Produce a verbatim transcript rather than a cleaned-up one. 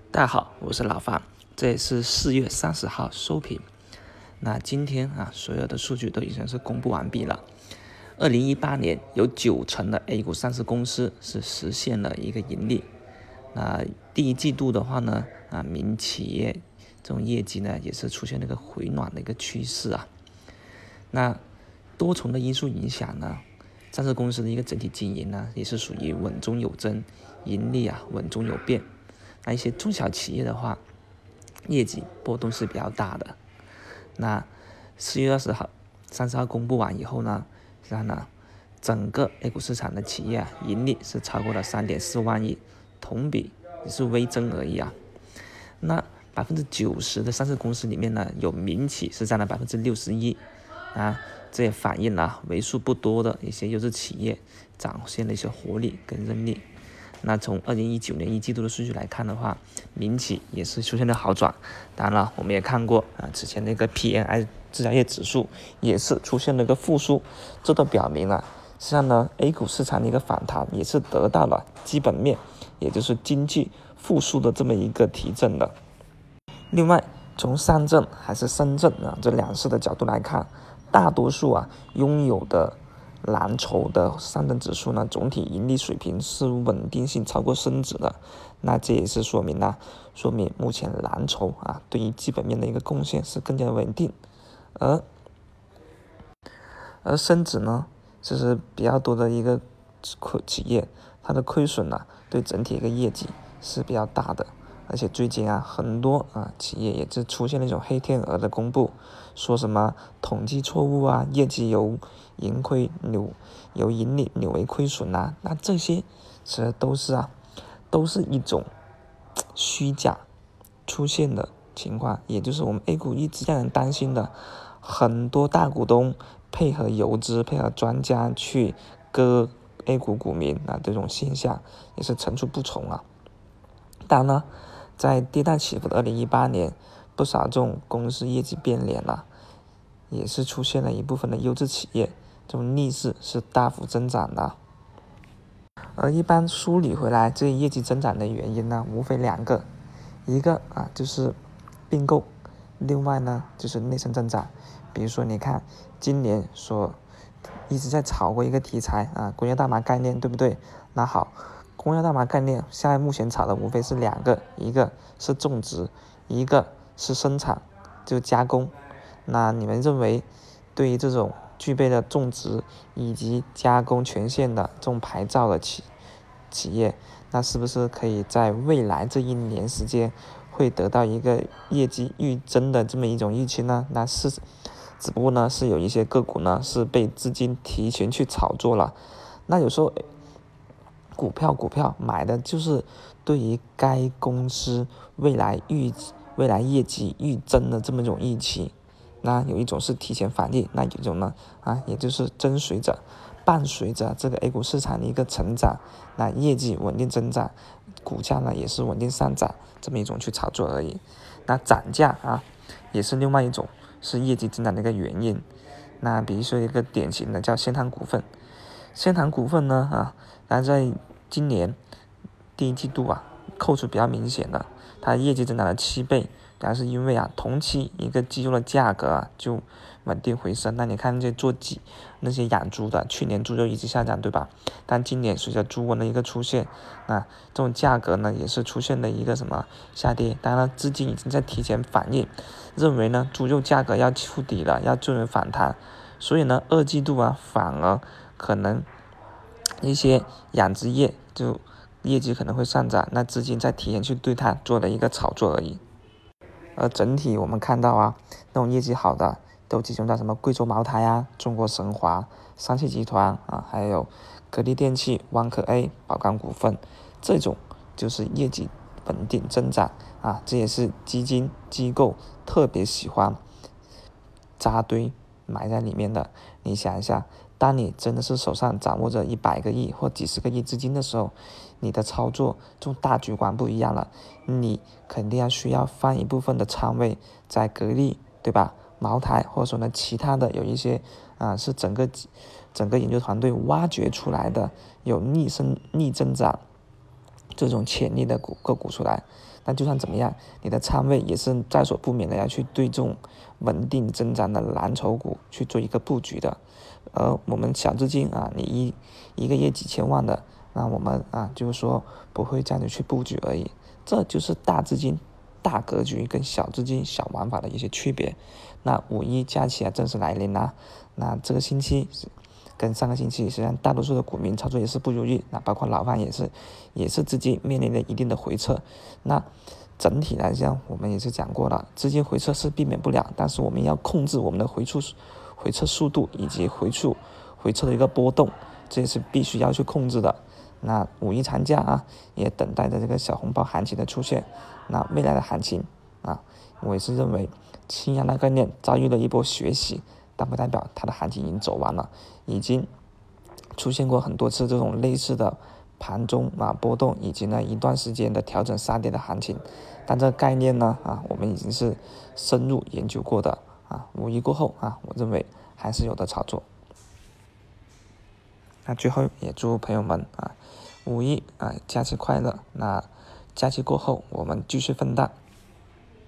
大家好，我是老范，这也是四月三十号收评。那今天啊，所有的数据都已经是公布完毕了。二零一八年有九成的 A 股上市公司是实现了一个盈利。那第一季度的话呢，啊，民企业这种业绩呢，也是出现了一个回暖的一个趋势啊。那多重的因素影响呢，上市公司的一个整体经营呢，也是属于稳中有增，盈利啊稳中有变。那一些中小企业的话，业绩波动是比较大的。那四月二十号、三十号公布完以后呢，实际上呢，整个 A 股市场的企业啊，盈利是超过了三点四万亿，同比也是微增而已啊。那百分之九十的上市公司里面呢，有民企是占了百分之六十一啊，这也反映了为数不多的一些优质企业展现了一些活力跟韧力。那从二零一九年一季度的数据来看的话，民企也是出现了好转。当然了，我们也看过啊，之前那个 P M I 制造业指数也是出现了一个复苏，这都表明了，实际上呢 ，A 股市场的一个反弹也是得到了基本面，也就是经济复苏的这么一个提振的。另外，从上证还是深圳啊这两市的角度来看，大多数啊拥有的蓝筹的上证指数呢，总体盈利水平是稳定性超过深指的，那这也是说明呢，说明目前蓝筹啊对于基本面的一个贡献是更加稳定，而而深指呢，就是比较多的一个企业，它的亏损呢对整体一个业绩是比较大的。而且最近啊，很多啊企业也是出现了一种黑天鹅的公布，说什么统计错误啊，业绩由盈亏扭由盈利扭为亏损啊，那这些其实都是啊，都是一种虚假出现的情况，也就是我们 A 股一直让人担心的，很多大股东配合游资、配合专家去割 A 股股民啊，这种现象也是层出不穷啊。当然呢，在跌宕起伏的二零一八年，不少这种公司业绩变脸了，也是出现了一部分的优质企业，这种逆势是大幅增长的。而一般梳理回来，这业绩增长的原因呢，无非两个，一个啊就是并购，另外呢就是内生增长。比如说，你看今年所一直在炒过一个题材啊，工业大麻概念，对不对？那好。工业大麻概念现在目前炒的无非是两个，一个是种植，一个是生产，就加工。那你们认为，对于这种具备了种植以及加工权限的这种牌照的企企业，那是不是可以在未来这一年时间会得到一个业绩预增的这么一种预期呢？那是，只不过呢是有一些个股呢是被资金提前去炒作了，那有时候。股票股票买的就是对于该公司未来预未来业绩预增的这么一种预期，那有一种是提前反应，那有一种呢啊，也就是跟随着伴随着这个 A 股市场的一个成长，那业绩稳定增长，股价呢也是稳定上涨，这么一种去炒作而已。那涨价啊也是另外一种是业绩增长的一个原因。那比如说一个典型的叫仙堂股份，仙堂股份呢啊，它在今年第一季度啊，扣除比较明显的，它业绩增长了七倍，然后是因为啊，同期一个鸡肉的价格啊就稳定回升。那你看这做鸡那些养猪的，去年猪肉一直下降，对吧？但今年随着猪瘟的一个出现，啊，这种价格呢也是出现了一个什么下跌。当然了，资金已经在提前反应，认为呢猪肉价格要触底了，要进行反弹，所以呢二季度啊反而可能。一些养殖业就业绩可能会上涨，那资金在提前去对它做了一个炒作而已。而整体我们看到啊，那种业绩好的都集中在什么贵州茅台啊、中国神华、三七集团啊，还有格力电器、万科 A、宝钢股份，这种就是业绩稳定增长啊，这也是基金机构特别喜欢扎堆埋在里面的。你想一下，当你真的是手上掌握着一百个亿或几十个亿资金的时候，你的操作这种大局观不一样了，你肯定要需要放一部分的仓位在格力，对吧？茅台或者说呢其他的有一些啊是整个整个研究团队挖掘出来的有逆升逆增长这种潜力的股个股出来。但就算怎么样，你的仓位也是在所不免的要去对这种稳定增长的蓝筹股去做一个布局的。而我们小资金啊，你一一个月几千万的，那我们啊就是说不会这样子去布局而已。这就是大资金大格局跟小资金小玩法的一些区别。那五一假期啊正式来临啦，那这个星期跟上个星期实际上大多数的股民操作也是不如意，那包括老范也是，也是资金面临了一定的回撤。那整体来讲，我们也是讲过了，资金回撤是避免不了，但是我们要控制我们的回出回撤速度以及回出回撤的一个波动，这也是必须要去控制的。那五一长假啊，也等待着这个小红包行情的出现。那未来的行情啊，我也是认为氢氧的概念遭遇了一波血洗，但不代表它的行情已经走完了，已经出现过很多次这种类似的盘中啊波动，以及呢一段时间的调整杀跌的行情。但这个概念呢啊，我们已经是深入研究过的啊。五一过后啊，我认为还是有的炒作。那最后也祝朋友们啊，五一啊假期快乐。那假期过后，我们继续奋战。